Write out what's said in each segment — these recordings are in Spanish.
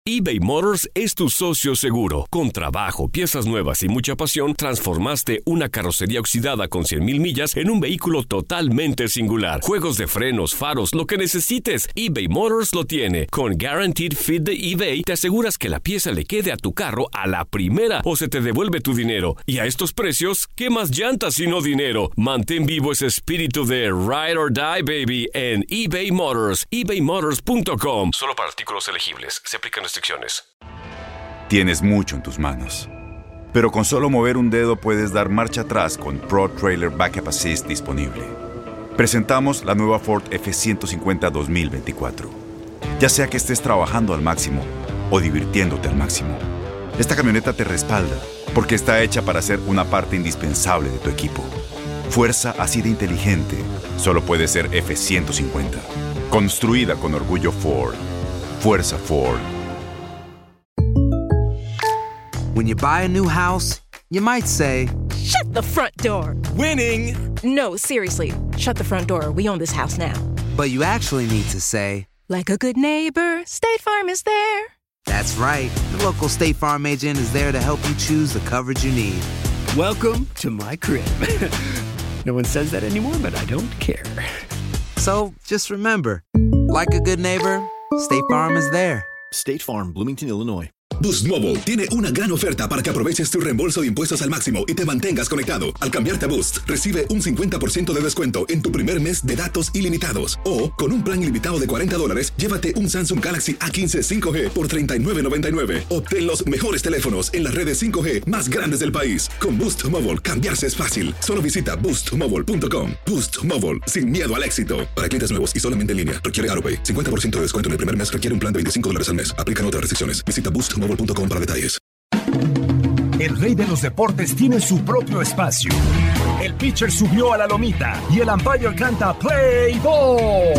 eBay Motors es tu socio seguro. Con trabajo, piezas nuevas y mucha pasión, transformaste una carrocería oxidada con 100,000 millas en un vehículo totalmente singular. Juegos de frenos, faros, lo que necesites, eBay Motors lo tiene. Con Guaranteed Fit de eBay, te aseguras que la pieza le quede a tu carro a la primera o se te devuelve tu dinero. Y a estos precios, ¿qué más llantas sino dinero? Mantén vivo ese espíritu de Ride or Die, baby, en eBay Motors. ebaymotors.com. Solo para artículos elegibles. Se aplican restricciones. Tienes mucho en tus manos, pero con solo mover un dedo puedes dar marcha atrás con Pro Trailer Backup Assist disponible. Presentamos la nueva Ford F-150 2024. Ya sea que estés trabajando al máximo o divirtiéndote al máximo, esta camioneta te respalda porque está hecha para ser una parte indispensable de tu equipo. Fuerza así de inteligente solo puede ser F-150. Construida con orgullo Ford. Fuerza Ford. When you buy a new house, you might say, "Shut the front door." Winning! No, seriously. Shut the front door. We own this house now. but you actually need to say, "Like a good neighbor, State Farm is there." That's right. The local State Farm agent is there to help you choose the coverage you need. Welcome to my crib. No one says that anymore, but I don't care. So just remember, like a good neighbor, State Farm is there. State Farm, Bloomington, Illinois. Boost Mobile tiene una gran oferta para que aproveches tu reembolso de impuestos al máximo y te mantengas conectado. Al cambiarte a Boost, recibe un 50% de descuento en tu primer mes de datos ilimitados. O, con un plan ilimitado de $40, llévate un Samsung Galaxy A15 5G por $39.99. Obtén los mejores teléfonos en las redes 5G más grandes del país. Con Boost Mobile, cambiarse es fácil. Solo visita boostmobile.com. Boost Mobile, sin miedo al éxito. Para clientes nuevos y solamente en línea, requiere AutoPay. 50% de descuento en el primer mes requiere un plan de $25 al mes. Aplican otras restricciones. Visita boostmobile.com para detalles. El rey de los deportes tiene su propio espacio. El pitcher subió a la lomita y el umpire canta Play Ball.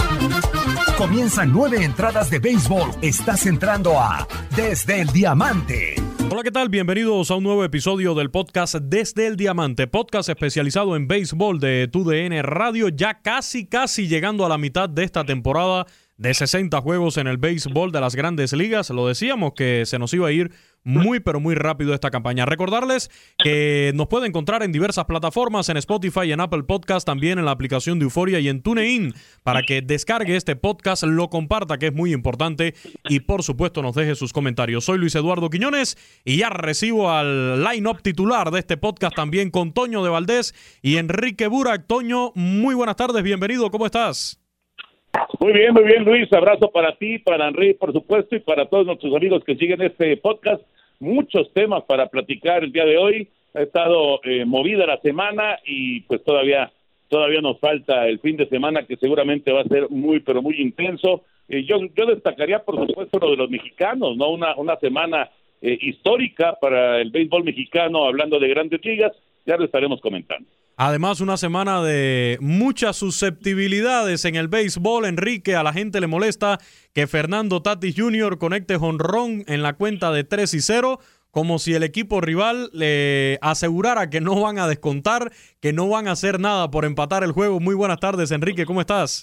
Comienzan 9 entradas de béisbol. Estás entrando a Desde el Diamante. Hola, ¿qué tal? Bienvenidos a un nuevo episodio del podcast Desde el Diamante, podcast especializado en béisbol de TUDN Radio, ya casi llegando a la mitad de esta temporada de 60 juegos en el béisbol de las Grandes Ligas. Lo decíamos que se nos iba a ir muy rápido esta campaña. Recordarles que nos puede encontrar en diversas plataformas, en Spotify, en Apple Podcast, también en la aplicación de Euforia y en TuneIn, para que descargue este podcast, lo comparta, que es muy importante, y por supuesto nos deje sus comentarios. Soy Luis Eduardo Quiñones y ya recibo al line-up titular de este podcast también con Toño de Valdés y Enrique Burak. Toño, muy buenas tardes, bienvenido, ¿cómo estás? Muy bien, Luis. Abrazo para ti, para Enrique, por supuesto, y para todos nuestros amigos que siguen este podcast. Muchos temas para platicar el día de hoy. Ha estado movida la semana y pues todavía nos falta el fin de semana, que seguramente va a ser muy intenso. Yo destacaría, por supuesto, lo de los mexicanos, ¿no? Una semana histórica para el béisbol mexicano, hablando de Grandes Ligas. Ya lo estaremos comentando. Además, una semana de muchas susceptibilidades en el béisbol. Enrique, a la gente le molesta que Fernando Tatis Jr. conecte jonrón en la cuenta de 3-0, como si el equipo rival le asegurara que no van a descontar, que no van a hacer nada por empatar el juego. Muy buenas tardes, Enrique, ¿cómo estás?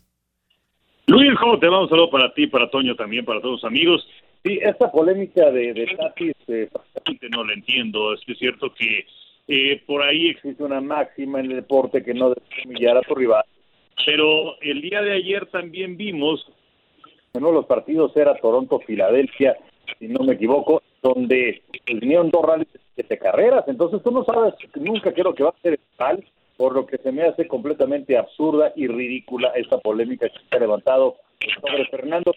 Luis, ¿cómo te va? Un saludo para ti, para Toño también, para todos los amigos. Sí, esta polémica de Tatis, prácticamente no la entiendo. Es cierto que por ahí existe una máxima en el deporte que no debes humillar a tu rival, pero el día de ayer también vimos, uno de los partidos era Toronto-Filadelfia, si no me equivoco, donde vinieron 2 rallies de 7 carreras, entonces tú no sabes nunca qué es lo que va a hacer el rival, por lo que se me hace completamente absurda y ridícula esta polémica que se ha levantado sobre Fernando.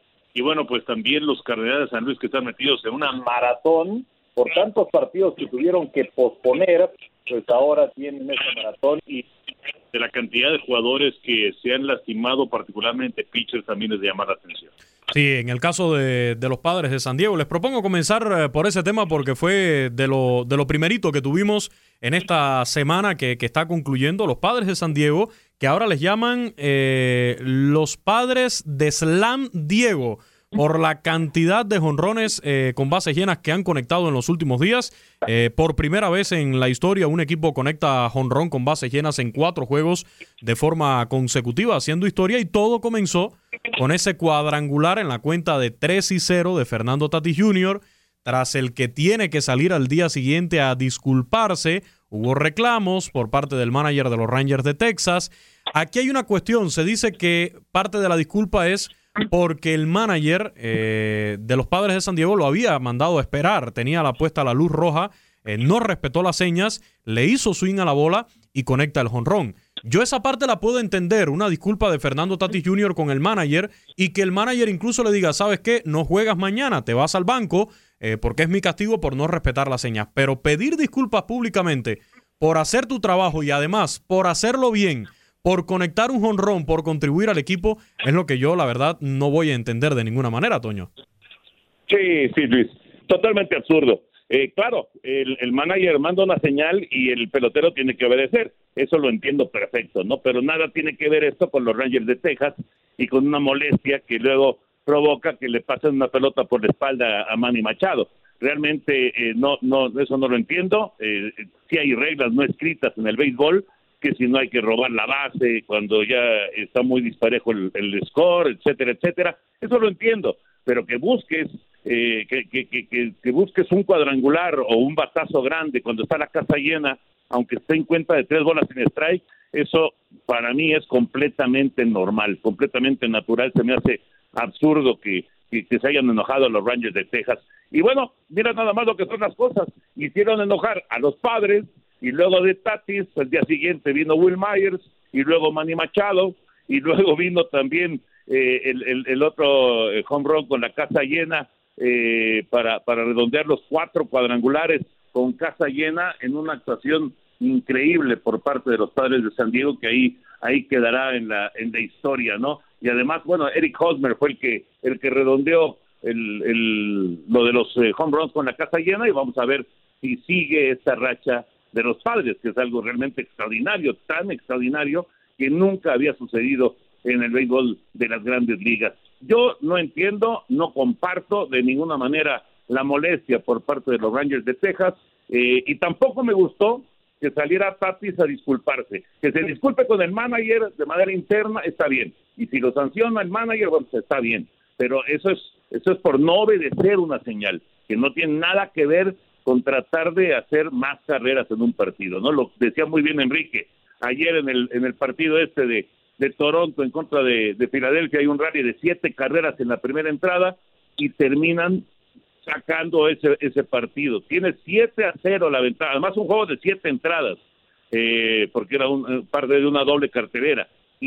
Y bueno, pues también los Cardenales de San Luis, que están metidos en una maratón por tantos partidos que tuvieron que posponer, pues ahora tienen esa maratón, y de la cantidad de jugadores que se han lastimado, particularmente pitchers, también es de llamar la atención. Sí, en el caso de los Padres de San Diego, les propongo comenzar por ese tema porque fue de lo primerito que tuvimos en esta semana que está concluyendo. Los Padres de San Diego, que ahora les llaman los Padres de Slam Diego, por la cantidad de jonrones con bases llenas que han conectado en los últimos días. Por primera vez en la historia, un equipo conecta jonrón con bases llenas en 4 juegos de forma consecutiva, haciendo historia, y todo comenzó con ese cuadrangular en la cuenta de 3-0 de Fernando Tatis Jr., tras el que tiene que salir al día siguiente a disculparse. Hubo reclamos por parte del manager de los Rangers de Texas. Aquí hay una cuestión, se dice que parte de la disculpa es porque el manager de los Padres de San Diego lo había mandado a esperar, tenía la puesta la luz roja, no respetó las señas, le hizo swing a la bola y conecta el jonrón. Yo esa parte la puedo entender, una disculpa de Fernando Tatis Jr. con el manager, y que el manager incluso le diga, ¿sabes qué? No juegas mañana, te vas al banco, porque es mi castigo por no respetar las señas. Pero pedir disculpas públicamente por hacer tu trabajo y además por hacerlo bien, por conectar un jonrón, por contribuir al equipo, es lo que yo, la verdad, no voy a entender de ninguna manera, Toño. Sí, Luis, totalmente absurdo. Claro, el manager manda una señal y el pelotero tiene que obedecer. Eso lo entiendo perfecto, ¿no? Pero nada tiene que ver esto con los Rangers de Texas y con una molestia que luego provoca que le pasen una pelota por la espalda a Manny Machado. Realmente no, eso no lo entiendo. Sí hay reglas no escritas en el béisbol, que si no hay que robar la base cuando ya está muy disparejo el score, etcétera, etcétera. Eso lo entiendo, pero que busques que busques un cuadrangular o un batazo grande cuando está la casa llena, aunque esté en cuenta de 3 bolas sin strike, eso para mí es completamente normal, completamente natural. Se me hace absurdo que se hayan enojado los Rangers de Texas. Y bueno, mira nada más lo que son las cosas. Hicieron enojar a los Padres, y luego de Tatis, el día siguiente vino Will Myers, y luego Manny Machado, y luego vino también el otro home run con la casa llena, para redondear los 4 cuadrangulares con casa llena, en una actuación increíble por parte de los Padres de San Diego, que ahí quedará en la historia, ¿no? Y además, bueno, Eric Hosmer fue el que redondeó lo de los home runs con la casa llena, y vamos a ver si sigue esta racha de los Padres, que es algo realmente extraordinario, tan extraordinario que nunca había sucedido en el béisbol de las Grandes Ligas. Yo no entiendo, no comparto de ninguna manera la molestia por parte de los Rangers de Texas, y tampoco me gustó que saliera Tatis a disculparse. Que se disculpe con el manager de manera interna, está bien, y si lo sanciona el manager, bueno, pues está bien, pero eso es por no obedecer una señal, que no tiene nada que ver con tratar de hacer más carreras en un partido, ¿no? Lo decía muy bien Enrique, ayer en el partido de Toronto en contra de Filadelfia, hay un rally de 7 carreras en la primera entrada y terminan sacando ese partido. Tiene 7-0 la ventaja, además un juego de 7 entradas, porque era un parte de una doble cartelera,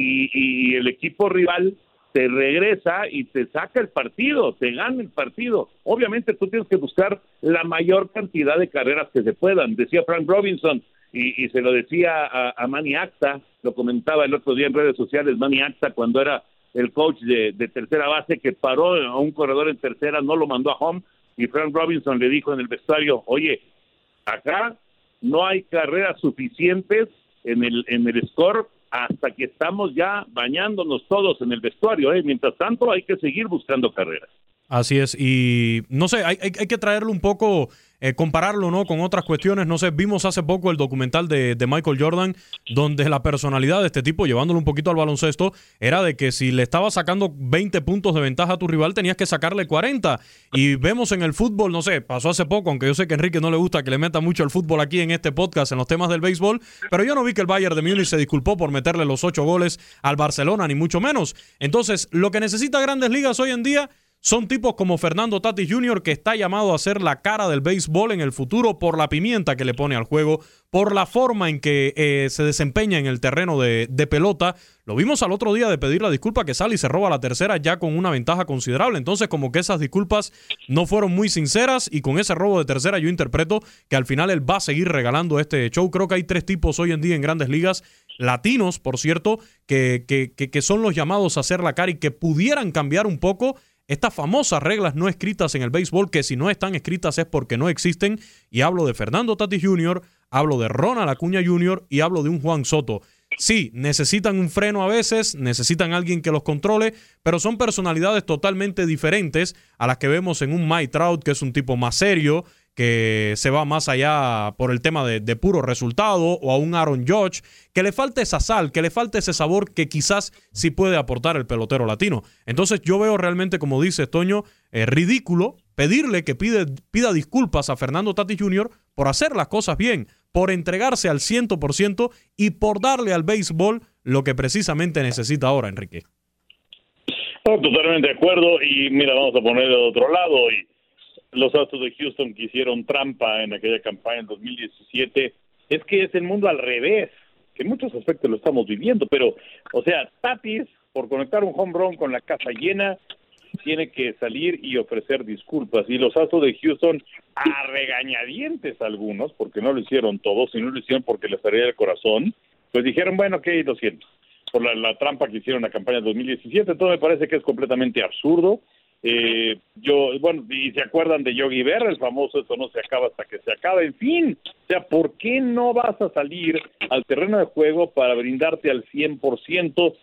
y el equipo rival te regresa y te saca el partido, te gana el partido. Obviamente tú tienes que buscar la mayor cantidad de carreras que se puedan. Decía Frank Robinson, y se lo decía a Manny Acta, lo comentaba el otro día en redes sociales, Manny Acta, cuando era el coach de tercera base, que paró a un corredor en tercera, no lo mandó a home, y Frank Robinson le dijo en el vestuario, oye, acá no hay carreras suficientes en el score hasta que estamos ya bañándonos todos en el vestuario, mientras tanto hay que seguir buscando carreras. Así es, y no sé, hay que traerlo un poco, compararlo, ¿no?, con otras cuestiones. No sé, vimos hace poco el documental de Michael Jordan, donde la personalidad de este tipo, llevándolo un poquito al baloncesto, era de que si le estabas sacando 20 puntos de ventaja a tu rival, tenías que sacarle 40. Y vemos en el fútbol, no sé, pasó hace poco, aunque yo sé que a Enrique no le gusta que le meta mucho el fútbol aquí en este podcast, en los temas del béisbol, pero yo no vi que el Bayern de Múnich se disculpó por meterle los 8 goles al Barcelona, ni mucho menos. Entonces, lo que necesita Grandes Ligas hoy en día son tipos como Fernando Tatis Jr., que está llamado a ser la cara del béisbol en el futuro por la pimienta que le pone al juego, por la forma en que se desempeña en el terreno de pelota. Lo vimos al otro día de pedir la disculpa, que sale y se roba la tercera ya con una ventaja considerable. Entonces, como que esas disculpas no fueron muy sinceras, y con ese robo de tercera yo interpreto que al final él va a seguir regalando este show. Creo que hay 3 tipos hoy en día en Grandes Ligas, latinos, por cierto, que son los llamados a hacer la cara y que pudieran cambiar un poco estas famosas reglas no escritas en el béisbol, que si no están escritas es porque no existen. Y hablo de Fernando Tatis Jr., hablo de Ronald Acuña Jr. y hablo de un Juan Soto. Sí, necesitan un freno a veces, necesitan alguien que los controle, pero son personalidades totalmente diferentes a las que vemos en un Mike Trout, que es un tipo más serio, que se va más allá por el tema de puro resultado, o a un Aaron Judge, que le falta esa sal, que le falta ese sabor que quizás sí puede aportar el pelotero latino. Entonces yo veo realmente, como dice Toño, ridículo pedirle que pida disculpas a Fernando Tatis Jr. por hacer las cosas bien, por entregarse al 100% y por darle al béisbol lo que precisamente necesita ahora, Enrique. No, totalmente de acuerdo, y mira, vamos a poner de otro lado, y los Astros de Houston que hicieron trampa en aquella campaña en 2017, es que es el mundo al revés, que en muchos aspectos lo estamos viviendo, pero, o sea, Tatis, por conectar un home run con la casa llena, tiene que salir y ofrecer disculpas, y los Astros de Houston, a regañadientes algunos, porque no lo hicieron todos, sino lo hicieron porque les salía del corazón, pues dijeron, bueno, ok, lo siento, por la trampa que hicieron en la campaña de 2017, entonces me parece que es completamente absurdo. Y se acuerdan de Yogi Berra, el famoso "esto no se acaba hasta que se acaba", en fin, o sea, ¿por qué no vas a salir al terreno de juego para brindarte al 100%?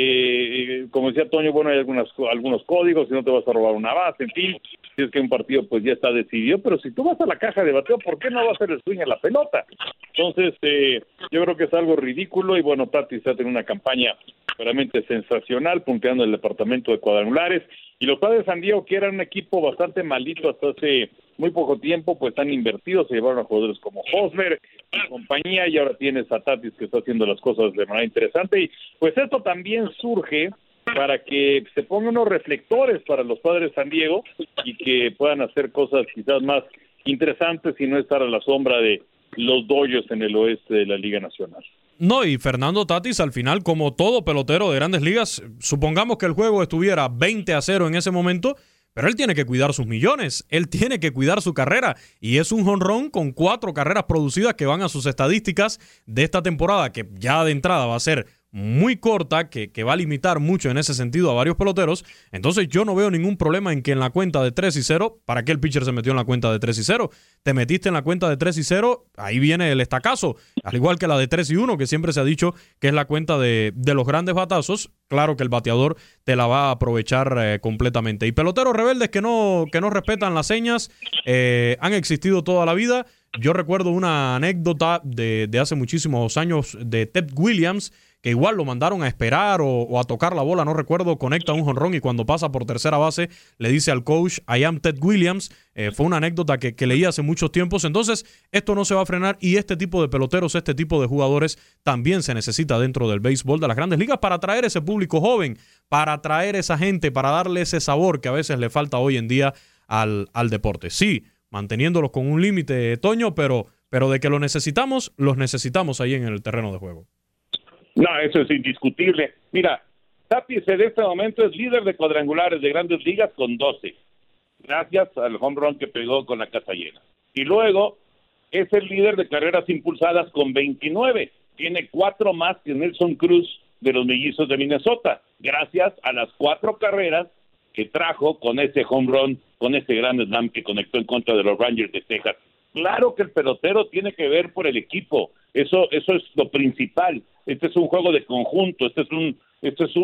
Como decía Toño, bueno, hay algunos códigos, si no te vas a robar una base, en fin, si es que un partido pues ya está decidido, pero si tú vas a la caja de bateo, ¿por qué no vas a hacer el swing a la pelota? Entonces, yo creo que es algo ridículo, y bueno, Tatis ha tenido una campaña realmente sensacional, punteando el departamento de cuadrangulares, y los Padres de San Diego, que eran un equipo bastante malito hasta hace muy poco tiempo, pues están invertidos, se llevaron a jugadores como Hosmer y compañía, y ahora tienes a Tatis que está haciendo las cosas de manera interesante, y pues esto también surge para que se pongan unos reflectores para los Padres de San Diego y que puedan hacer cosas quizás más interesantes y no estar a la sombra de los Dodgers en el oeste de la Liga Nacional. No, y Fernando Tatis al final, como todo pelotero de Grandes Ligas, supongamos que el juego estuviera 20-0 en ese momento, pero él tiene que cuidar sus millones, él tiene que cuidar su carrera, y es un jonrón con 4 carreras producidas que van a sus estadísticas de esta temporada, que ya de entrada va a ser muy corta, que va a limitar mucho en ese sentido a varios peloteros. Entonces yo no veo ningún problema en que en la cuenta de 3-0, ¿para qué el pitcher se metió en la cuenta de 3-0? Te metiste en la cuenta de 3-0, ahí viene el estacazo, al igual que la de 3-1, que siempre se ha dicho que es la cuenta de los grandes batazos. Claro que el bateador te la va a aprovechar completamente. Y peloteros rebeldes que no respetan las señas han existido toda la vida. Yo recuerdo una anécdota de hace muchísimos años de Ted Williams, que igual lo mandaron a esperar o a tocar la bola, no recuerdo, conecta un jonrón y cuando pasa por tercera base le dice al coach, I am Ted Williams. Fue una anécdota que leí hace muchos tiempos. Entonces esto no se va a frenar, y este tipo de peloteros, este tipo de jugadores también se necesita dentro del béisbol de las Grandes Ligas para atraer ese público joven, para atraer esa gente, para darle ese sabor que a veces le falta hoy en día al deporte. Sí, manteniéndolos con un límite, Toño, pero de que los necesitamos ahí en el terreno de juego. No, eso es indiscutible. Mira, Tatis en este momento es líder de cuadrangulares de Grandes Ligas con 12, gracias al home run que pegó con la casa llena. Y luego es el líder de carreras impulsadas con 29. Tiene 4 más que Nelson Cruz de los Mellizos de Minnesota, gracias a las 4 carreras que trajo con ese home run, con ese gran slam que conectó en contra de los Rangers de Texas. Claro que el pelotero tiene que ver por el equipo, eso es lo principal. Este es un juego de conjunto, este es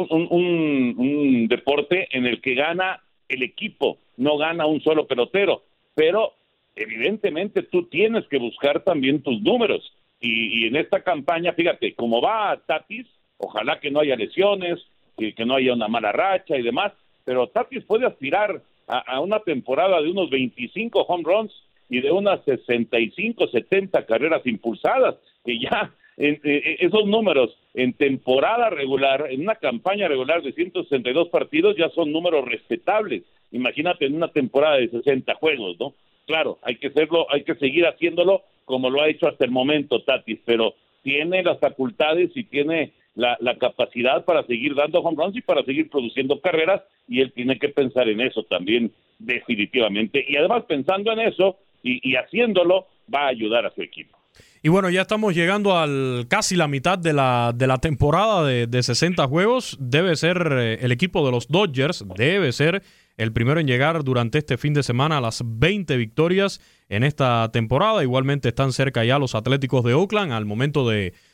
un deporte en el que gana el equipo, no gana un solo pelotero, pero evidentemente tú tienes que buscar también tus números, y en esta campaña, fíjate, como va Tatis, ojalá que no haya lesiones, que no haya una mala racha y demás, pero Tatis puede aspirar a una temporada de unos 25 home runs y de unas 65, 70 carreras impulsadas, que ya esos números en temporada regular, en una campaña regular de 162 partidos, ya son números respetables. Imagínate en una temporada de 60 juegos, ¿no? Claro, hay que seguir haciéndolo como lo ha hecho hasta el momento Tatis, pero tiene las facultades y tiene la capacidad para seguir dando home runs y para seguir produciendo carreras, y él tiene que pensar en eso también definitivamente, y además pensando en eso y haciéndolo va a ayudar a su equipo. Y bueno, ya estamos llegando al casi la mitad de la temporada de 60 juegos. Debe ser el equipo de los Dodgers, debe ser el primero en llegar durante este fin de semana a las 20 victorias en esta temporada. Igualmente están cerca ya los Atléticos de Oakland al momento de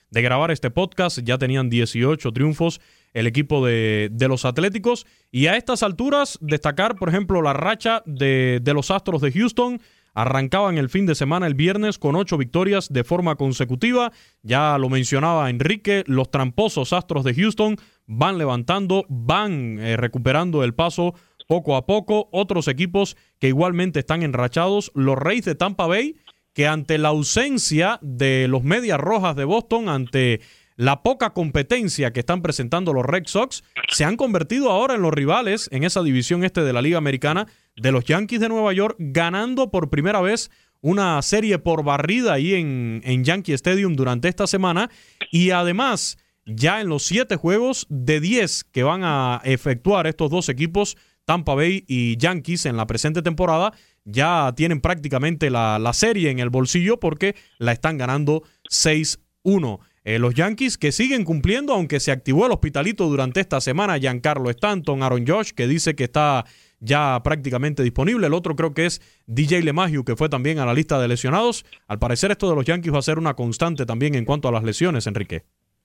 de grabar este podcast. Ya tenían 18 triunfos el equipo de los Atléticos. Y a estas alturas, destacar, por ejemplo, la racha de los Astros de Houston. Arrancaban el fin de semana el viernes con 8 victorias de forma consecutiva. Ya lo mencionaba Enrique, los tramposos Astros de Houston van levantando, van recuperando el paso poco a poco. Otros equipos que igualmente están enrachados, los Rays de Tampa Bay, que ante la ausencia de los Medias Rojas de Boston, ante la poca competencia que están presentando los Red Sox, se han convertido ahora en los rivales en esa división este de la Liga Americana de los Yankees de Nueva York, ganando por primera vez una serie por barrida ahí en Yankee Stadium durante esta semana. Y además, ya en los 7 juegos de 10 que van a efectuar estos dos equipos, Tampa Bay y Yankees, en la presente temporada, ya tienen prácticamente la serie en el bolsillo porque la están ganando 6-1. Los Yankees que siguen cumpliendo, aunque se activó el hospitalito durante esta semana, Giancarlo Stanton, Aaron Judge, que dice que está ya prácticamente disponible. El otro creo que es DJ LeMahieu, que fue también a la lista de lesionados. Al parecer esto de los Yankees va a ser una constante también en cuanto a las lesiones, Enrique.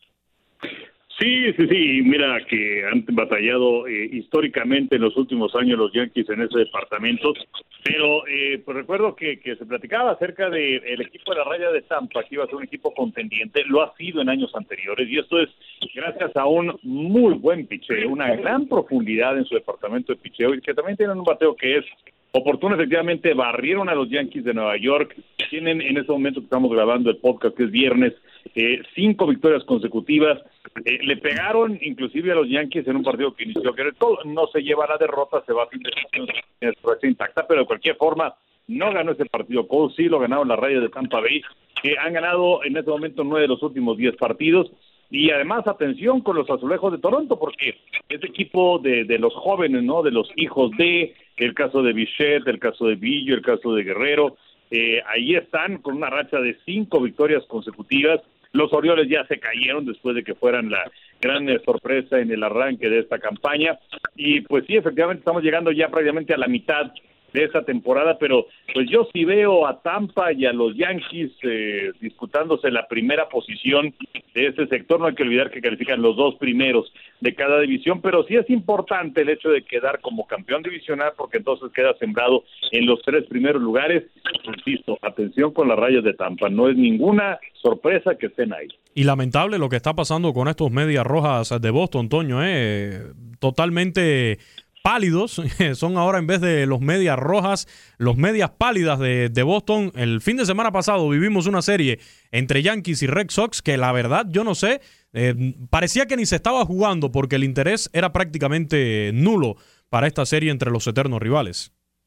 Sí, mira que han batallado históricamente en los últimos años los Yankees en ese departamento, pero pues recuerdo que se platicaba acerca del equipo de la Raya de Tampa, que iba a ser un equipo contendiente, lo ha sido en años anteriores, y esto es gracias a un muy buen picheo, una gran profundidad en su departamento de picheo, y que también tienen un bateo que es oportuno. Efectivamente barrieron a los Yankees de Nueva York, tienen en ese momento que estamos grabando el podcast, que es viernes, 5 victorias consecutivas. Le pegaron inclusive a los Yankees en un partido que inició que no se lleva la derrota, se va a fin de semana intacta, pero de cualquier forma no ganó ese partido. Cole sí lo ganaron las Rayas de Tampa Bay, que han ganado en este momento 9 de los últimos 10 partidos. Y además, atención con los Azulejos de Toronto, porque este equipo de los jóvenes, ¿no? De los hijos de, el caso de Bichette, el caso de Billo, el caso de Guerrero, ahí están con una racha de 5 victorias consecutivas. Los Orioles ya se cayeron después de que fueran la gran sorpresa en el arranque de esta campaña. Y pues sí, efectivamente estamos llegando ya prácticamente a la mitad de esta temporada, pero pues yo sí veo a Tampa y a los Yankees disputándose la primera posición de este sector. No hay que olvidar que califican los 2 primeros de cada división, pero sí es importante el hecho de quedar como campeón divisional, porque entonces queda sembrado en los 3 primeros lugares. Insisto, atención con las Rayas de Tampa, no es ninguna sorpresa que estén ahí. Y lamentable lo que está pasando con estos Medias Rojas de Boston, Toño, totalmente pálidos, son ahora en vez de los Medias Rojas, los Medias Pálidas de Boston. El fin de semana pasado vivimos una serie entre Yankees y Red Sox que la verdad yo no sé, parecía que ni se estaba jugando porque el interés era prácticamente nulo para esta serie entre los eternos rivales.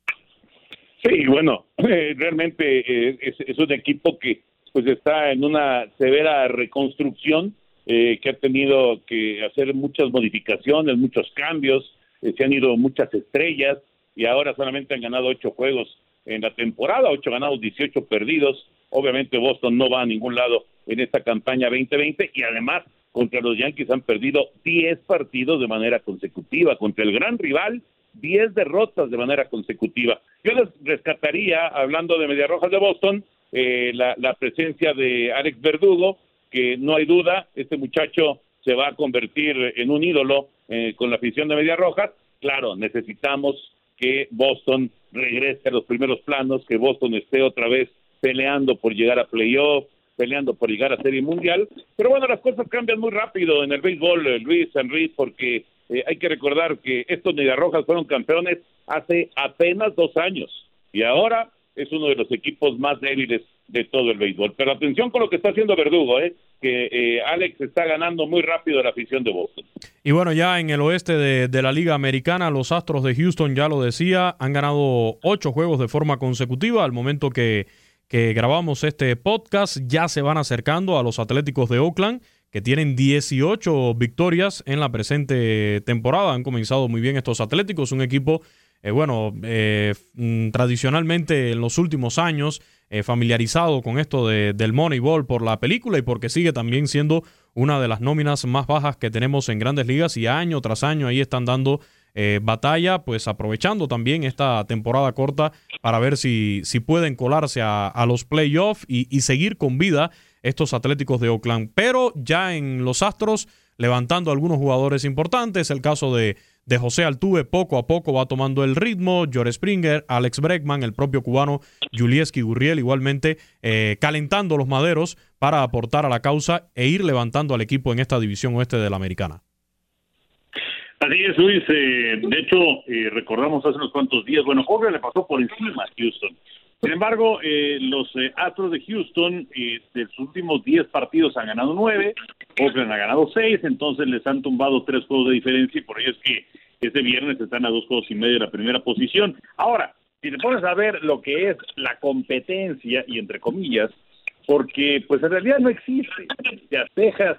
Sí, bueno, realmente es un equipo que pues está en una severa reconstrucción, que ha tenido que hacer muchas modificaciones, muchos cambios. Se han ido muchas estrellas y ahora solamente han ganado 8 juegos en la temporada, 8 ganados, 18 perdidos. Obviamente Boston no va a ningún lado en esta campaña 2020 y además contra los Yankees han perdido 10 partidos de manera consecutiva. Contra el gran rival, 10 derrotas de manera consecutiva. Yo les rescataría, hablando de Medias Rojas de Boston, la presencia de Alex Verdugo, que no hay duda, este muchacho se va a convertir en un ídolo con la afición de Medias Rojas. Claro, necesitamos que Boston regrese a los primeros planos, que Boston esté otra vez peleando por llegar a playoff, peleando por llegar a Serie Mundial. Pero bueno, las cosas cambian muy rápido en el béisbol, Luis, Enrique, porque hay que recordar que estos Medias Rojas fueron campeones hace apenas 2 años y ahora es uno de los equipos más débiles de todo el béisbol. Pero atención con lo que está haciendo Verdugo, que Alex está ganando muy rápido la afición de Boston. Y bueno, ya en el oeste de la Liga Americana, los Astros de Houston, ya lo decía, han ganado 8 juegos de forma consecutiva. Al momento que grabamos este podcast, ya se van acercando a los Atléticos de Oakland, que tienen 18 victorias en la presente temporada. Han comenzado muy bien estos Atléticos, un equipo tradicionalmente en los últimos años familiarizado con esto del Moneyball por la película y porque sigue también siendo una de las nóminas más bajas que tenemos en Grandes Ligas, y año tras año ahí están dando batalla, pues aprovechando también esta temporada corta para ver si pueden colarse a los playoffs y seguir con vida estos Atléticos de Oakland. Pero ya en los Astros, levantando algunos jugadores importantes, el caso de José Altuve poco a poco va tomando el ritmo, George Springer, Alex Bregman, el propio cubano Yulieski Gurriel, igualmente calentando los maderos para aportar a la causa e ir levantando al equipo en esta división oeste de la Americana. Así es, Luis. De hecho, recordamos hace unos cuantos días, Oakland le pasó por encima a Houston. Sin embargo, los Astros de Houston, de sus últimos 10 partidos han ganado 9, Oakland ha ganado 6, entonces les han tumbado 3 juegos de diferencia y por ello es que este viernes están a 2 juegos y medio de la primera posición. Ahora, si te pones a ver lo que es la competencia, y entre comillas, porque pues en realidad no existe. Texas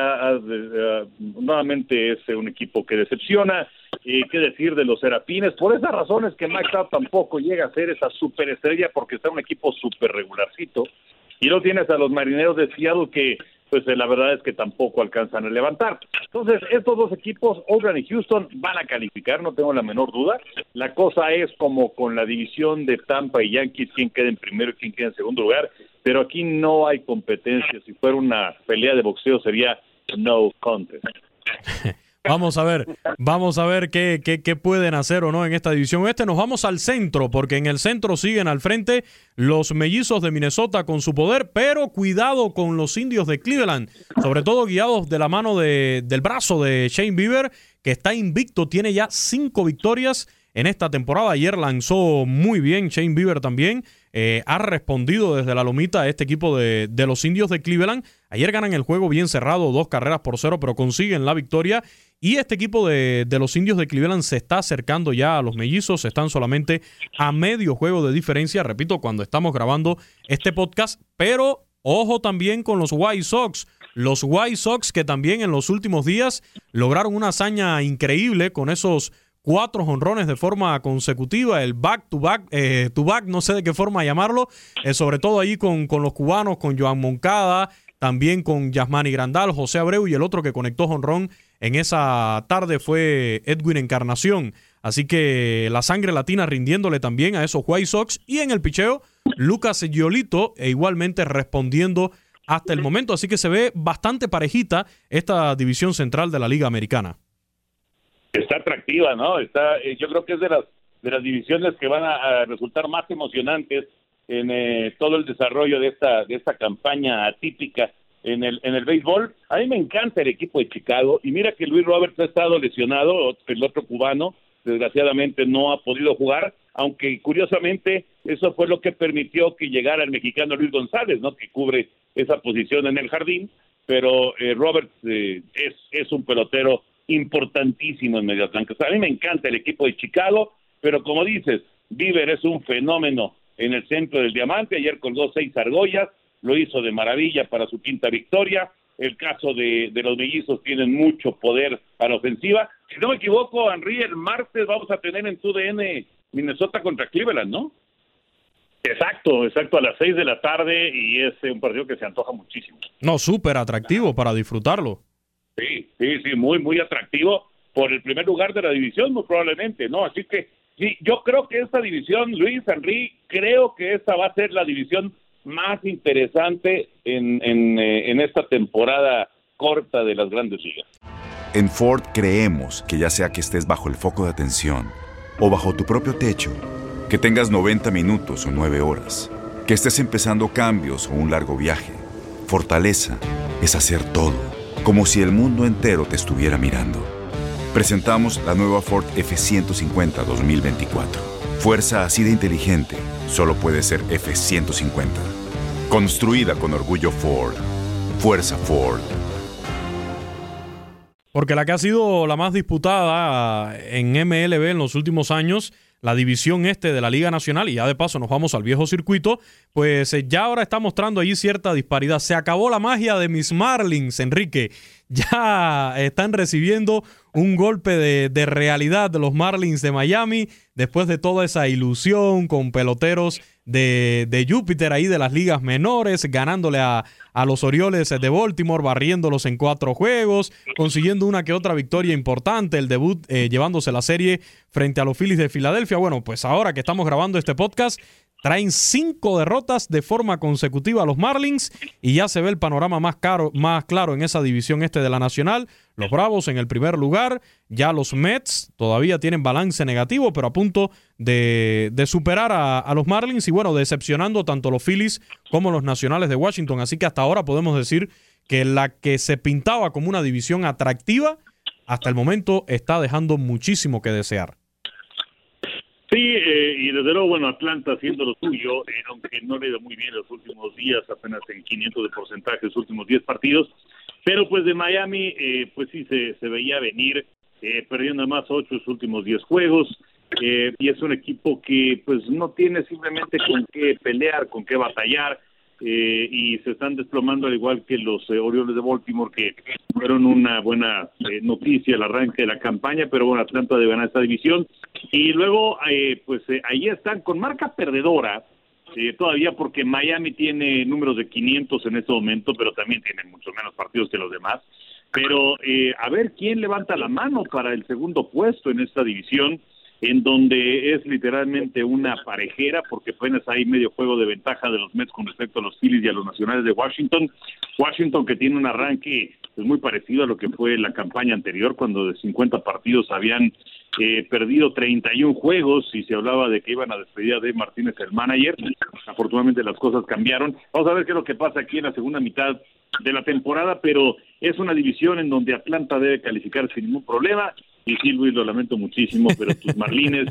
nuevamente es un equipo que decepciona. ¿Qué decir de los Serafines? Por esas razones que Mike Trout tampoco llega a ser esa superestrella porque está un equipo súper regularcito. Y luego tienes a los Marineros de Seattle que pues la verdad es que tampoco alcanzan a levantar. Entonces, estos dos equipos, Oakland y Houston, van a calificar, no tengo la menor duda. La cosa es como con la división de Tampa y Yankees, quién queda en primero y quién queda en segundo lugar, pero aquí no hay competencia. Si fuera una pelea de boxeo sería no contest. Vamos a ver qué pueden hacer o no en esta división oeste. Nos vamos al centro, porque en el centro siguen al frente los Mellizos de Minnesota con su poder, pero cuidado con los Indios de Cleveland, sobre todo guiados de la mano del brazo de Shane Bieber, que está invicto, tiene ya 5 victorias en esta temporada. Ayer lanzó muy bien Shane Bieber también. Ha respondido desde la lomita a este equipo de los Indios de Cleveland. Ayer ganan el juego bien cerrado, 2-0, pero consiguen la victoria. Y este equipo de los Indios de Cleveland se está acercando ya a los Mellizos. Están solamente a medio juego de diferencia, repito, cuando estamos grabando este podcast. Pero ojo también con los White Sox. Los White Sox que también en los últimos días lograron una hazaña increíble con esos 4 jonrones de forma consecutiva, el back-to-back, no sé de qué forma llamarlo, sobre todo ahí con los cubanos, con Joan Moncada, también con Yasmani Grandal, José Abreu, y el otro que conectó jonrón en esa tarde fue Edwin Encarnación. Así que la sangre latina rindiéndole también a esos White Sox, y en el picheo, Lucas Giolito, igualmente respondiendo hasta el momento. Así que se ve bastante parejita esta división central de la Liga Americana. Está atractiva, ¿no? Yo creo que es de las divisiones que van a resultar más emocionantes en todo el desarrollo de esta campaña atípica en el béisbol. A mí me encanta el equipo de Chicago, y mira que Luis Roberts ha estado lesionado, el otro cubano, desgraciadamente no ha podido jugar, aunque curiosamente eso fue lo que permitió que llegara el mexicano Luis González, ¿no? Que cubre esa posición en el jardín, pero Roberts es un pelotero importantísimo en Medias Blancas. A mí me encanta el equipo de Chicago, pero como dices, Bieber es un fenómeno en el centro del diamante. Ayer colgó 6 argollas, lo hizo de maravilla para su 5ª victoria. El caso de los Mellizos, tienen mucho poder a la ofensiva. Si no me equivoco, Henry, el martes vamos a tener en TUDN Minnesota contra Cleveland, ¿no? Exacto, a las 6 de la tarde, y es un partido que se antoja muchísimo. No, súper atractivo para disfrutarlo. Sí, muy, muy atractivo por el primer lugar de la división, muy probablemente, ¿no? Así que, sí, yo creo que esta división, Luis, Henry, creo que esta va a ser la división más interesante en esta temporada corta de las Grandes Ligas. En Ford creemos que ya sea que estés bajo el foco de atención o bajo tu propio techo, que tengas 90 minutos o 9 horas, que estés empezando cambios o un largo viaje, fortaleza es hacer todo, como si el mundo entero te estuviera mirando. Presentamos la nueva Ford F-150 2024. Fuerza así de inteligente solo puede ser F-150. Construida con orgullo Ford. Fuerza Ford. Porque la que ha sido la más disputada en MLB en los últimos años, la división este de la Liga Nacional, y ya de paso nos vamos al viejo circuito, pues ya ahora está mostrando allí cierta disparidad. Se acabó la magia de mis Marlins, Enrique. Ya están recibiendo un golpe de realidad de los Marlins de Miami después de toda esa ilusión con peloteros de Júpiter ahí de las ligas menores, ganándole a los Orioles de Baltimore, barriéndolos en 4 juegos, consiguiendo una que otra victoria importante, el debut llevándose la serie frente a los Phillies de Filadelfia. Bueno, pues ahora que estamos grabando este podcast, Traen 5 derrotas de forma consecutiva a los Marlins y ya se ve el panorama más claro en esa división de la Nacional. Los Bravos en el primer lugar, ya los Mets todavía tienen balance negativo, pero a punto de superar a los Marlins y bueno, decepcionando tanto los Phillies como los Nacionales de Washington. Así que hasta ahora podemos decir que la que se pintaba como una división atractiva, hasta el momento está dejando muchísimo que desear. Sí, y desde luego, bueno, Atlanta haciendo lo suyo, aunque no le ha ido muy bien los últimos días, apenas en 500 de porcentaje los últimos 10 partidos, pero pues de Miami, pues sí se veía venir, perdiendo más 8 los últimos 10 juegos, y es un equipo que pues no tiene simplemente con qué pelear, con qué batallar, y se están desplomando al igual que los Orioles de Baltimore, que fueron una buena noticia al arranque de la campaña, pero bueno, Atlanta debe ganar esta división. Y luego, ahí están con marca perdedora, todavía porque Miami tiene números de 500 en este momento, pero también tiene mucho menos partidos que los demás. Pero a ver quién levanta la mano para el segundo puesto en esta división, en donde es literalmente una parejera, porque apenas hay medio juego de ventaja de los Mets con respecto a los Phillies y a los Nacionales de Washington. Washington, que tiene un arranque pues, muy parecido a lo que fue la campaña anterior, cuando de 50 partidos habían perdido 31 juegos y se hablaba de que iban a despedir a Dave Martínez, el manager. Afortunadamente las cosas cambiaron. Vamos a ver qué es lo que pasa aquí en la segunda mitad de la temporada, pero es una división en donde Atlanta debe calificar sin ningún problema. Y sí, Luis, lo lamento muchísimo, pero tus Marlines,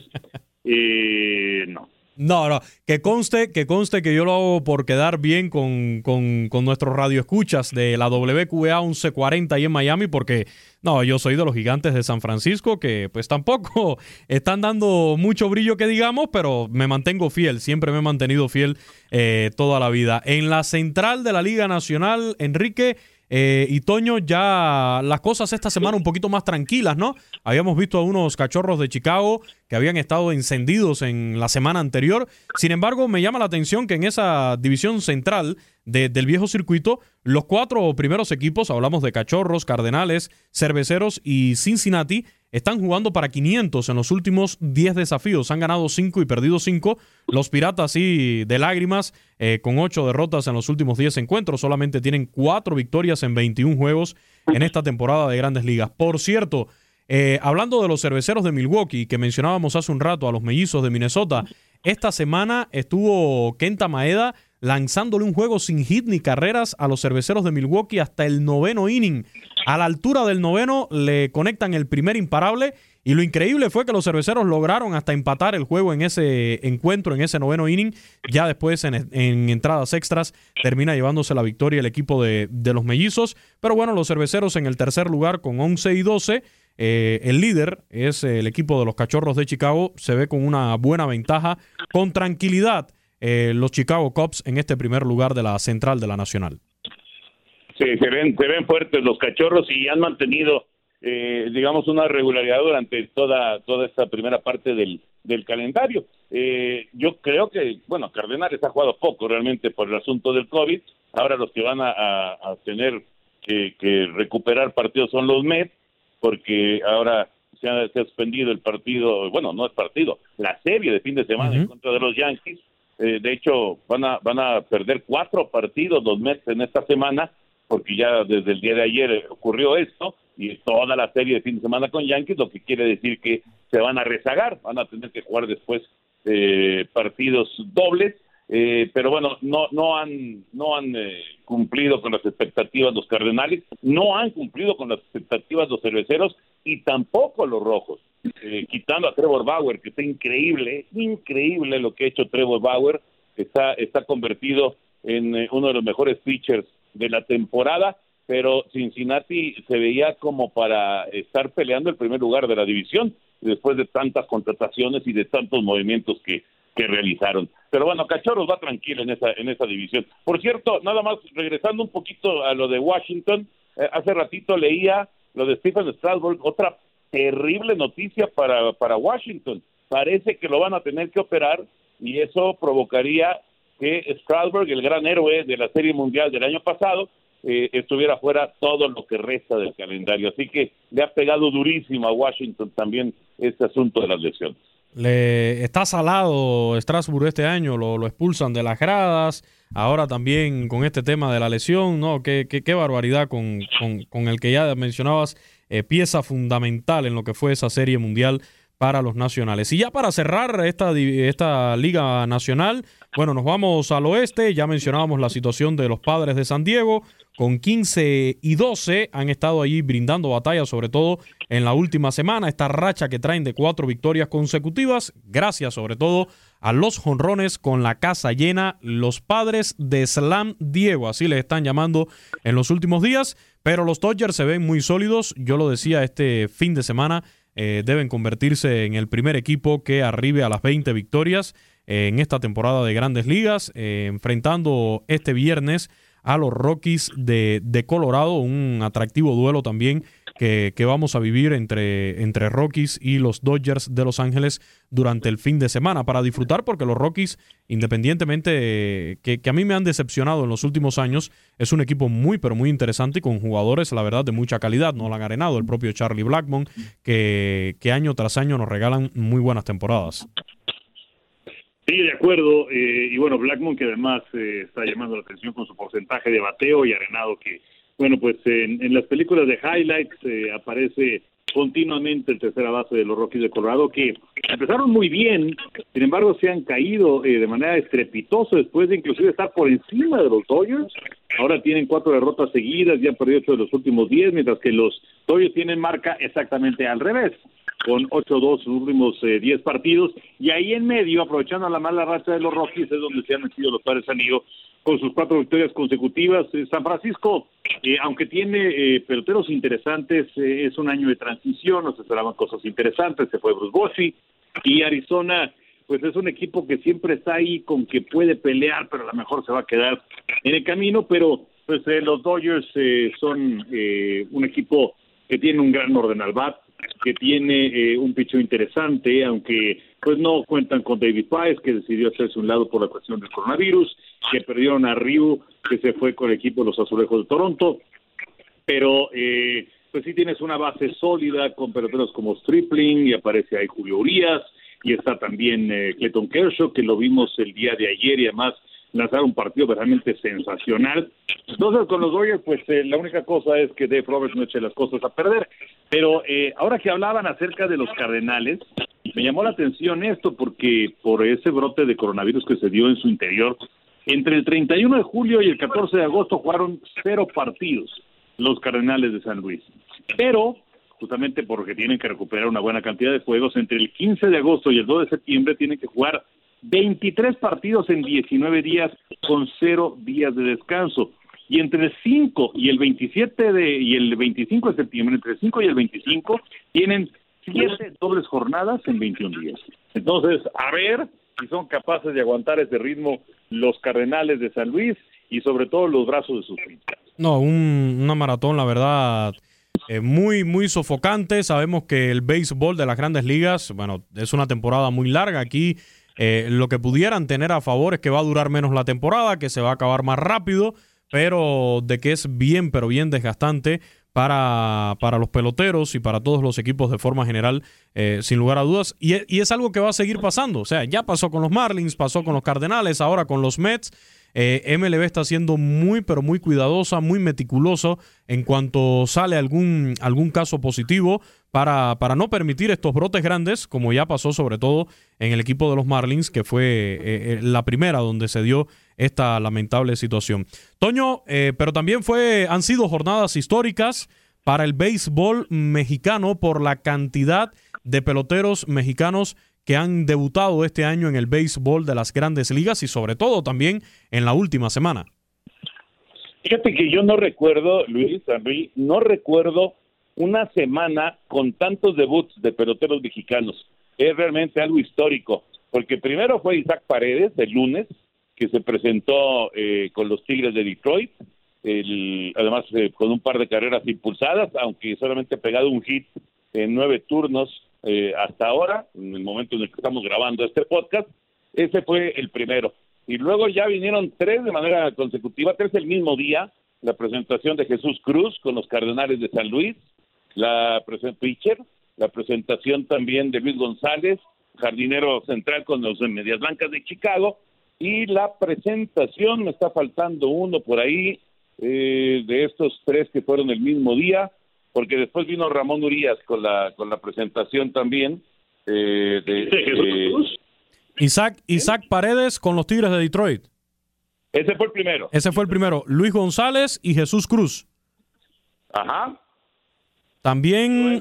no. No, que conste que yo lo hago por quedar bien con nuestros radioescuchas de la WQA 1140 ahí en Miami, porque no, yo soy de los Gigantes de San Francisco, que pues tampoco están dando mucho brillo que digamos, pero me mantengo fiel, siempre me he mantenido fiel toda la vida. En la central de la Liga Nacional, Enrique y Toño, ya las cosas esta semana un poquito más tranquilas, ¿no? Habíamos visto a unos Cachorros de Chicago que habían estado encendidos en la semana anterior. Sin embargo, me llama la atención que en esa división central del viejo circuito, los 4 primeros equipos, hablamos de Cachorros, Cardenales, Cerveceros y Cincinnati, están jugando para 500 en los últimos 10 desafíos. Han ganado 5 y perdido 5. Los Piratas, sí, de lágrimas, con 8 derrotas en los últimos 10 encuentros. Solamente tienen 4 victorias en 21 juegos en esta temporada de Grandes Ligas. Por cierto, hablando de los Cerveceros de Milwaukee, que mencionábamos hace un rato, a los Mellizos de Minnesota, esta semana estuvo Kenta Maeda lanzándole un juego sin hit ni carreras a los Cerveceros de Milwaukee hasta el 9º inning. A la altura del 9º le conectan el primer imparable y lo increíble fue que los Cerveceros lograron hasta empatar el juego en ese encuentro, en ese 9º inning. Ya después en entradas extras termina llevándose la victoria el equipo de los Mellizos. Pero bueno, los Cerveceros en el tercer lugar con 11-12. El líder es el equipo de los Cachorros de Chicago. Se ve con una buena ventaja, con tranquilidad. Los Chicago Cubs en este primer lugar de la central de la Nacional. Sí, se ven fuertes los Cachorros y han mantenido, digamos, una regularidad durante toda esta primera parte del calendario. Yo creo que, bueno, Cardenales ha jugado poco realmente por el asunto del COVID. Ahora los que van a tener que recuperar partidos son los Mets, porque ahora se ha suspendido el partido, bueno, no es partido, la serie de fin de semana en contra de los Yankees. De hecho, van a perder 4 partidos los Mets en esta semana, porque ya desde el día de ayer ocurrió esto, y toda la serie de fin de semana con Yankees, lo que quiere decir que se van a rezagar, van a tener que jugar después partidos dobles, pero bueno, no han cumplido con las expectativas los Cardenales, no han cumplido con las expectativas los Cerveceros y tampoco los Rojos. Quitando a Trevor Bauer, que está increíble lo que ha hecho Trevor Bauer, está convertido en uno de los mejores pitchers de la temporada, pero Cincinnati se veía como para estar peleando el primer lugar de la división, después de tantas contrataciones y de tantos movimientos que realizaron. Pero bueno, Cachorros va tranquilo en esa división. Por cierto, nada más regresando un poquito a lo de Washington, hace ratito leía lo de Stephen Strasburg, otra terrible noticia para Washington. Parece que lo van a tener que operar y eso provocaría que Strasburg, el gran héroe de la Serie Mundial del año pasado, estuviera fuera todo lo que resta del calendario. Así que le ha pegado durísimo a Washington también este asunto de las lesiones. Le está salado Strasbourg este año, lo expulsan de las gradas, ahora también con este tema de la lesión, ¿no? Qué barbaridad con el que ya mencionabas, pieza fundamental en lo que fue esa serie mundial para los nacionales. Y ya para cerrar esta Liga Nacional, bueno, nos vamos al oeste, ya mencionábamos la situación de los Padres de San Diego, con 15-12 han estado allí brindando batalla, sobre todo en la última semana, esta racha que traen de 4 victorias consecutivas, gracias sobre todo a los jonrones con la casa llena, los Padres de Slam Diego, así les están llamando en los últimos días, pero los Dodgers se ven muy sólidos, yo lo decía este fin de semana, deben convertirse en el primer equipo que arribe a las 20 victorias en esta temporada de Grandes Ligas, enfrentando este viernes a los Rockies de Colorado, un atractivo duelo también que vamos a vivir entre Rockies y los Dodgers de Los Ángeles durante el fin de semana para disfrutar, porque los Rockies, independientemente que a mí me han decepcionado en los últimos años, es un equipo muy pero muy interesante y con jugadores, la verdad, de mucha calidad. No lo han arenado el propio Charlie Blackmon, que año tras año nos regalan muy buenas temporadas. Sí, de acuerdo. Y bueno, Blackmon, que además está llamando la atención con su porcentaje de bateo y arenado, que, bueno, pues en las películas de highlights aparece continuamente el tercera base de los Rockies de Colorado, que empezaron muy bien, sin embargo se han caído de manera estrepitosa después de inclusive estar por encima de los Dodgers. Ahora tienen 4 derrotas seguidas, ya han perdido 8 de los últimos 10, mientras que los Dodgers tienen marca exactamente al revés, con 8-2 sus últimos 10 partidos, y ahí en medio, aprovechando la mala racha de los Rockies, es donde se han metido los Padres de San Diego con sus 4 victorias consecutivas. San Francisco, aunque tiene peloteros interesantes, es un año de transición, nos esperaban cosas interesantes, se fue Bruce Bochy, y Arizona, pues es un equipo que siempre está ahí con que puede pelear, pero a lo mejor se va a quedar en el camino, pero pues los Dodgers son un equipo que tiene un gran orden al bat, que tiene un picheo interesante, aunque pues no cuentan con David Price, que decidió hacerse un lado por la cuestión del coronavirus, que perdieron a Ryu, que se fue con el equipo de los Azulejos de Toronto, pero pues sí tienes una base sólida con peloteros como Stripling, y aparece ahí Julio Urias, y está también Clayton Kershaw, que lo vimos el día de ayer, y además lanzar un partido verdaderamente sensacional. Entonces, con los Dodgers, pues la única cosa es que Dave Roberts no eche las cosas a perder. Pero ahora que hablaban acerca de los Cardenales, me llamó la atención esto, porque por ese brote de coronavirus que se dio en su interior, entre el 31 de julio y el 14 de agosto jugaron 0 partidos los Cardenales de San Luis. Pero, justamente porque tienen que recuperar una buena cantidad de juegos, entre el 15 de agosto y el 2 de septiembre tienen que jugar 23 partidos en 19 días con 0 días de descanso. Y entre el 5 y el 25 de septiembre, entre el 5 y el 25, tienen 7 dobles jornadas en 21 días. Entonces, a ver si son capaces de aguantar ese ritmo los Cardenales de San Luis y sobre todo los brazos de sus hinchas. No, una maratón, la verdad, muy, muy sofocante. Sabemos que el béisbol de las Grandes Ligas, bueno, es una temporada muy larga. Aquí lo que pudieran tener a favor es que va a durar menos la temporada, que se va a acabar más rápido, pero de que es bien, pero bien desgastante para los peloteros y para todos los equipos de forma general, sin lugar a dudas. Y es algo que va a seguir pasando. O sea, ya pasó con los Marlins, pasó con los Cardenales, ahora con los Mets. MLB está siendo muy, pero muy cuidadosa, muy meticuloso en cuanto sale algún caso positivo para no permitir estos brotes grandes, como ya pasó sobre todo en el equipo de los Marlins, que fue la primera donde se dio esta lamentable situación. Toño, pero también han sido jornadas históricas para el béisbol mexicano por la cantidad de peloteros mexicanos que han debutado este año en el béisbol de las Grandes Ligas y sobre todo también en la última semana. Fíjate que yo no recuerdo, Luis, Henry, no recuerdo una semana con tantos debuts de peloteros mexicanos. Es realmente algo histórico, porque primero fue Isaac Paredes el lunes, que se presentó con los Tigres de Detroit, además con un par de carreras impulsadas, aunque solamente ha pegado un hit en 9 turnos hasta ahora, en el momento en el que estamos grabando este podcast. Ese fue el primero. Y luego ya vinieron 3 de manera consecutiva, 3 el mismo día, la presentación de Jesús Cruz con los Cardenales de San Luis, la presentación también de Luis González jardinero central con los Medias Blancas de Chicago. Y la presentación, me está faltando uno por ahí, de estos tres que fueron el mismo día, porque después vino Ramón Urias con la presentación también. Isaac Paredes con los Tigres de Detroit. Ese fue el primero. Luis González y Jesús Cruz. Ajá. También.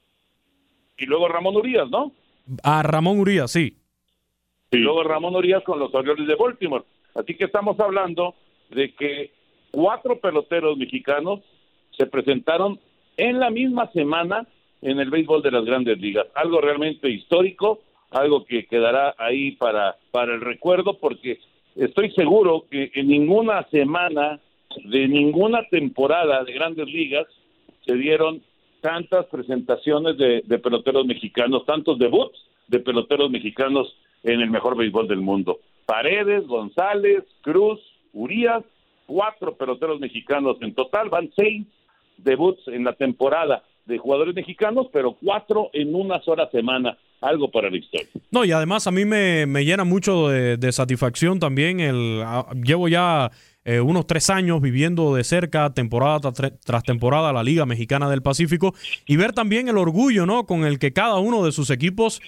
Y luego Ramón Urias, ¿no? Ramón Urias, sí. Y luego Ramón Urias con los Orioles de Baltimore. Así que estamos hablando de que 4 peloteros mexicanos se presentaron en la misma semana en el béisbol de las Grandes Ligas. Algo realmente histórico, algo que quedará ahí para el recuerdo, porque estoy seguro que en ninguna semana de ninguna temporada de Grandes Ligas se dieron tantas presentaciones de peloteros mexicanos, tantos debuts de peloteros mexicanos en el mejor béisbol del mundo. Paredes, González, Cruz, Urias, 4 peloteros mexicanos en total, van 6 debuts en la temporada de jugadores mexicanos, pero 4 en una sola semana, algo para la historia. No, y además a mí me llena mucho de satisfacción también llevo ya unos 3 años viviendo de cerca, temporada tras temporada, la Liga Mexicana del Pacífico, y ver también el orgullo, ¿no?, con el que cada uno de sus equipos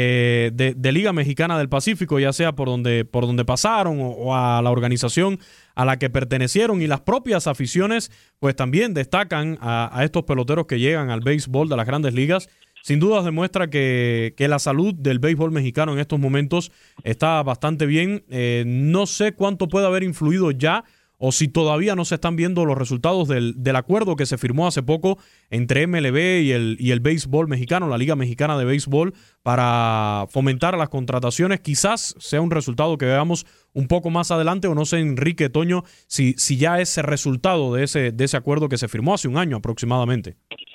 de Liga Mexicana del Pacífico, ya sea por donde pasaron o a la organización a la que pertenecieron, y las propias aficiones, pues también destacan a estos peloteros que llegan al béisbol de las Grandes Ligas. Sin duda demuestra que la salud del béisbol mexicano en estos momentos está bastante bien. No sé cuánto puede haber influido ya, o si todavía no se están viendo los resultados del acuerdo que se firmó hace poco entre MLB y el béisbol mexicano, la Liga Mexicana de Béisbol, para fomentar las contrataciones. Quizás sea un resultado que veamos un poco más adelante, o no sé, Enrique, Toño, si ya es resultado de ese acuerdo que se firmó hace un año aproximadamente.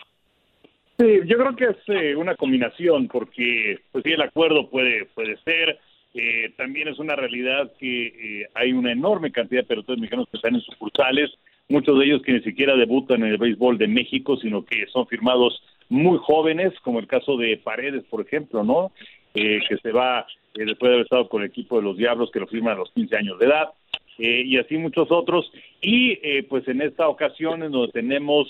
Sí, yo creo que es una combinación, porque pues sí, el acuerdo puede ser, también es una realidad que hay una enorme cantidad de peloteros mexicanos que están en sucursales, muchos de ellos que ni siquiera debutan en el béisbol de México, sino que son firmados muy jóvenes, como el caso de Paredes, por ejemplo, ¿no? Que se va después de haber estado con el equipo de los Diablos, que lo firman a los 15 años de edad. Y así muchos otros, y pues en esta ocasión en donde tenemos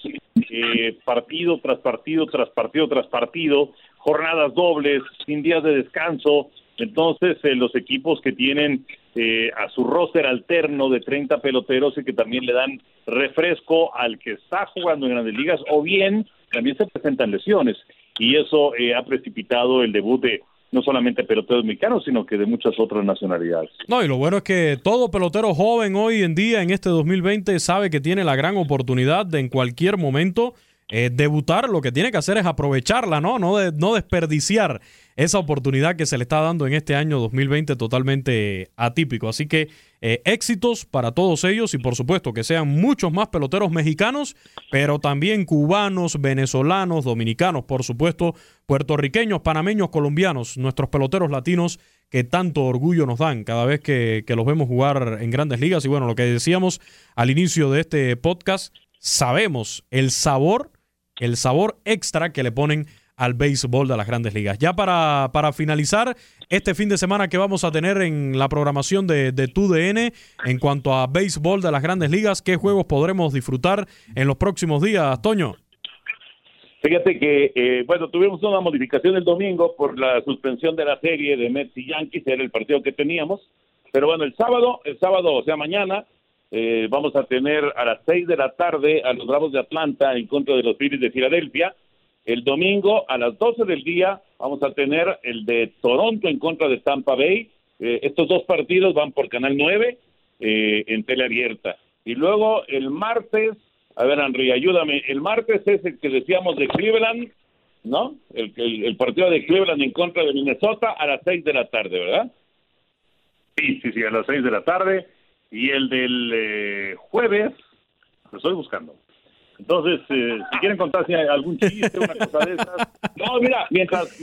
partido tras partido tras partido tras partido, jornadas dobles, sin días de descanso, entonces los equipos que tienen a su roster alterno de 30 peloteros y que también le dan refresco al que está jugando en Grandes Ligas, o bien también se presentan lesiones, y eso ha precipitado el debut de no solamente peloteros mexicanos, sino que de muchas otras nacionalidades. No, y lo bueno es que todo pelotero joven hoy en día, en este 2020, sabe que tiene la gran oportunidad de en cualquier momento debutar. Lo que tiene que hacer es aprovecharla, no desperdiciar esa oportunidad que se le está dando en este año 2020 totalmente atípico. Así que éxitos para todos ellos, y por supuesto que sean muchos más peloteros mexicanos, pero también cubanos, venezolanos, dominicanos, por supuesto, puertorriqueños, panameños, colombianos, nuestros peloteros latinos que tanto orgullo nos dan cada vez que los vemos jugar en Grandes Ligas. Y bueno, lo que decíamos al inicio de este podcast, sabemos el sabor extra que le ponen al béisbol de las Grandes Ligas. Ya para finalizar, este fin de semana que vamos a tener en la programación de TUDN en cuanto a béisbol de las Grandes Ligas, ¿qué juegos podremos disfrutar en los próximos días, Toño? Fíjate que, tuvimos una modificación el domingo por la suspensión de la serie de Mets y Yankees, era el partido que teníamos, pero bueno, el sábado, o sea, mañana, vamos a tener a las 6 de la tarde a los Bravos de Atlanta en contra de los Phillies de Filadelfia. El domingo a las 12 del día vamos a tener el de Toronto en contra de Tampa Bay. Estos dos partidos van por Canal 9 en tele abierta. Y luego el martes, a ver, Henry, ayúdame, el martes es el que decíamos de Cleveland, ¿no? El partido de Cleveland en contra de Minnesota a las 6 de la tarde, ¿verdad? Sí, a las 6 de la tarde. Y el del jueves, lo estoy buscando. Entonces, si quieren contarse algún chiste, una cosa de esas. No, mira, mientras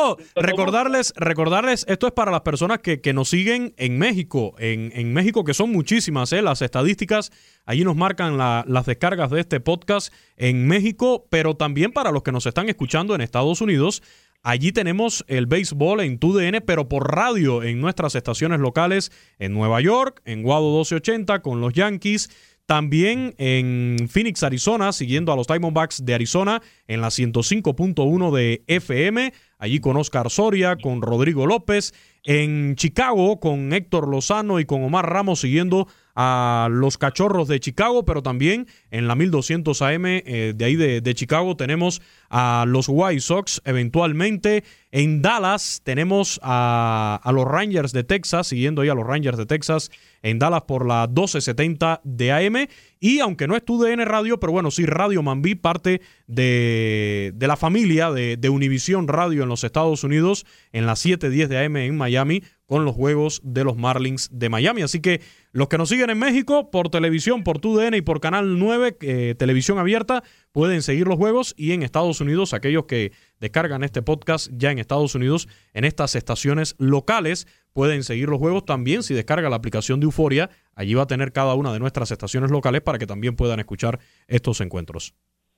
recordarles, esto es para las personas que nos siguen en México. En México, que son muchísimas, las estadísticas, allí nos marcan las descargas de este podcast en México, pero también para los que nos están escuchando en Estados Unidos, allí tenemos el béisbol en TUDN, pero por radio en nuestras estaciones locales en Nueva York, en Guado 1280 con los Yankees. También en Phoenix, Arizona, siguiendo a los Diamondbacks de Arizona en la 105.1 de FM, allí con Oscar Soria, con Rodrigo López. En Chicago con Héctor Lozano y con Omar Ramos siguiendo a los Cachorros de Chicago, pero también en la 1200 AM de ahí de Chicago tenemos a los White Sox eventualmente. En Dallas tenemos a los Rangers de Texas, siguiendo ahí a los Rangers de Texas en Dallas por la 1270 de AM. Y aunque no es TUDN Radio, pero bueno, sí Radio Mambí, parte de la familia de Univisión Radio en los Estados Unidos, en la 710 de AM en Miami, con los juegos de los Marlins de Miami. Así que los que nos siguen en México, por televisión, por TUDN y por Canal 9, televisión abierta, pueden seguir los juegos. Y en Estados Unidos, aquellos que descargan este podcast ya en Estados Unidos, en estas estaciones locales, pueden seguir los juegos también. Si descarga la aplicación de Euforia, allí va a tener cada una de nuestras estaciones locales para que también puedan escuchar estos encuentros.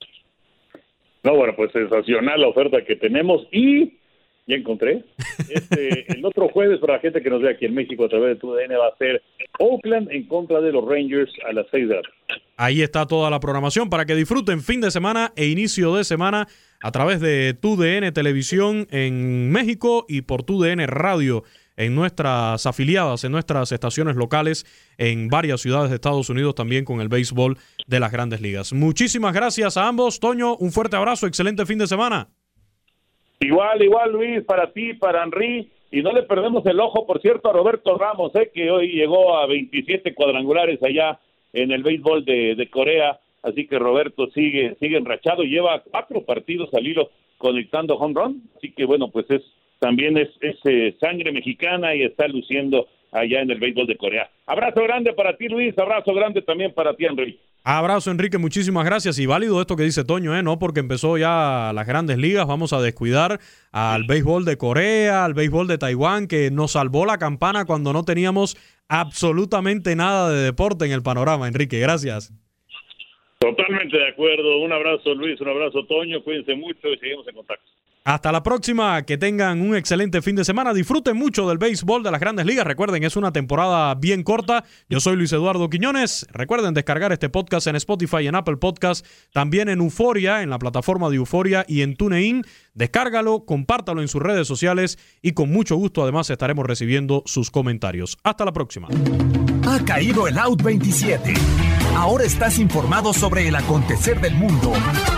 No, bueno, pues sensacional la oferta que tenemos y ya encontré. El otro jueves, para la gente que nos ve aquí en México a través de TUDN, va a ser Oakland en contra de los Rangers a las 6 de la tarde. Ahí está toda la programación para que disfruten fin de semana e inicio de semana a través de TUDN Televisión en México y por TUDN Radio en nuestras afiliadas, en nuestras estaciones locales en varias ciudades de Estados Unidos, también con el béisbol de las Grandes Ligas. Muchísimas gracias a ambos. Toño, un fuerte abrazo, excelente fin de semana. Igual, Luis, para ti, para Henry, y no le perdemos el ojo, por cierto, a Roberto Ramos, que hoy llegó a 27 cuadrangulares allá en el béisbol de Corea, así que Roberto sigue enrachado, lleva 4 partidos al hilo conectando home run, así que bueno, pues también es sangre mexicana y está luciendo allá en el béisbol de Corea. Abrazo grande para ti, Luis, abrazo grande también para ti, Henry. Abrazo, Enrique, muchísimas gracias. Y válido esto que dice Toño, no porque empezó ya las Grandes Ligas, vamos a descuidar al béisbol de Corea, al béisbol de Taiwán, que nos salvó la campana cuando no teníamos absolutamente nada de deporte en el panorama. Enrique, gracias. Totalmente de acuerdo. Un abrazo, Luis, un abrazo, Toño. Cuídense mucho y seguimos en contacto. Hasta la próxima, que tengan un excelente fin de semana, disfruten mucho del béisbol de las Grandes Ligas, recuerden, es una temporada bien corta. Yo soy Luis Eduardo Quiñones, recuerden descargar este podcast en Spotify y en Apple Podcast, también en Euforia, en la plataforma de Euforia y en TuneIn, descárgalo, compártalo en sus redes sociales y con mucho gusto además estaremos recibiendo sus comentarios. Hasta la próxima. Ha caído el Out 27. Ahora estás informado sobre el acontecer del mundo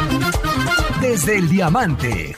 desde el Diamante.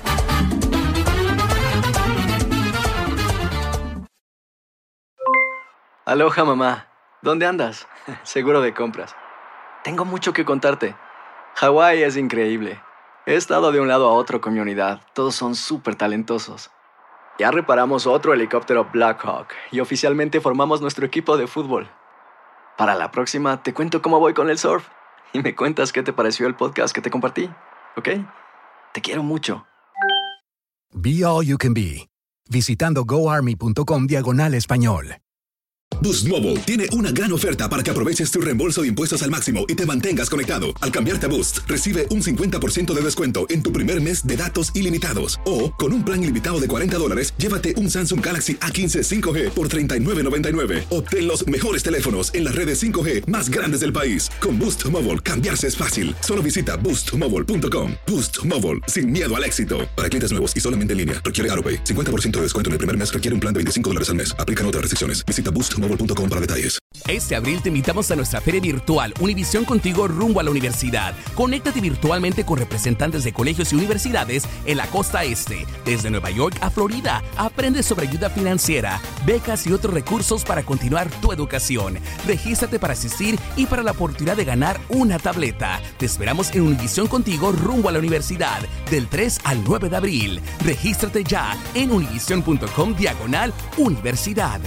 Aloha, mamá. ¿Dónde andas? Seguro de compras. Tengo mucho que contarte. Hawái es increíble. He estado de un lado a otro con mi unidad. Todos son súper talentosos. Ya reparamos otro helicóptero Blackhawk y oficialmente formamos nuestro equipo de fútbol. Para la próxima te cuento cómo voy con el surf y me cuentas qué te pareció el podcast que te compartí, ¿ok? Te quiero mucho. Be All You Can Be. Visitando goarmy.com/español. Boost Mobile tiene una gran oferta para que aproveches tu reembolso de impuestos al máximo y te mantengas conectado. Al cambiarte a Boost, recibe un 50% de descuento en tu primer mes de datos ilimitados. O, con un plan ilimitado de $40, llévate un Samsung Galaxy A15 5G por $39.99. Obtén los mejores teléfonos en las redes 5G más grandes del país. Con Boost Mobile, cambiarse es fácil. Solo visita boostmobile.com. Boost Mobile, sin miedo al éxito. Para clientes nuevos y solamente en línea, requiere AutoPay. 50% de descuento en el primer mes requiere un plan de $25 al mes. Aplican otras restricciones. Visita boostmobile.com para detalles. Este abril te invitamos a nuestra feria virtual Univisión Contigo rumbo a la universidad. Conéctate virtualmente con representantes de colegios y universidades en la costa este, desde Nueva York a Florida. Aprende sobre ayuda financiera, becas y otros recursos para continuar tu educación. Regístrate para asistir y para la oportunidad de ganar una tableta. Te esperamos en Univisión Contigo rumbo a la universidad del 3 al 9 de abril. Regístrate ya en univision.com/universidad.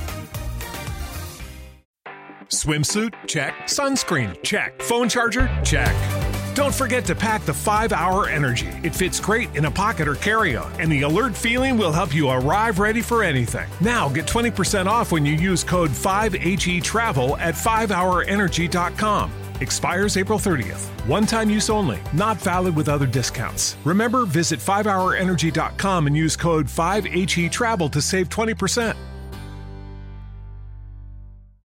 Swimsuit? Check. Sunscreen? Check. Phone charger? Check. Don't forget to pack the 5-Hour Energy. It fits great in a pocket or carry-on, and the alert feeling will help you arrive ready for anything. Now get 20% off when you use code 5HETRAVEL at 5hourenergy.com. Expires April 30th. One-time use only. Not valid with other discounts. Remember, visit 5hourenergy.com and use code 5HETRAVEL to save 20%.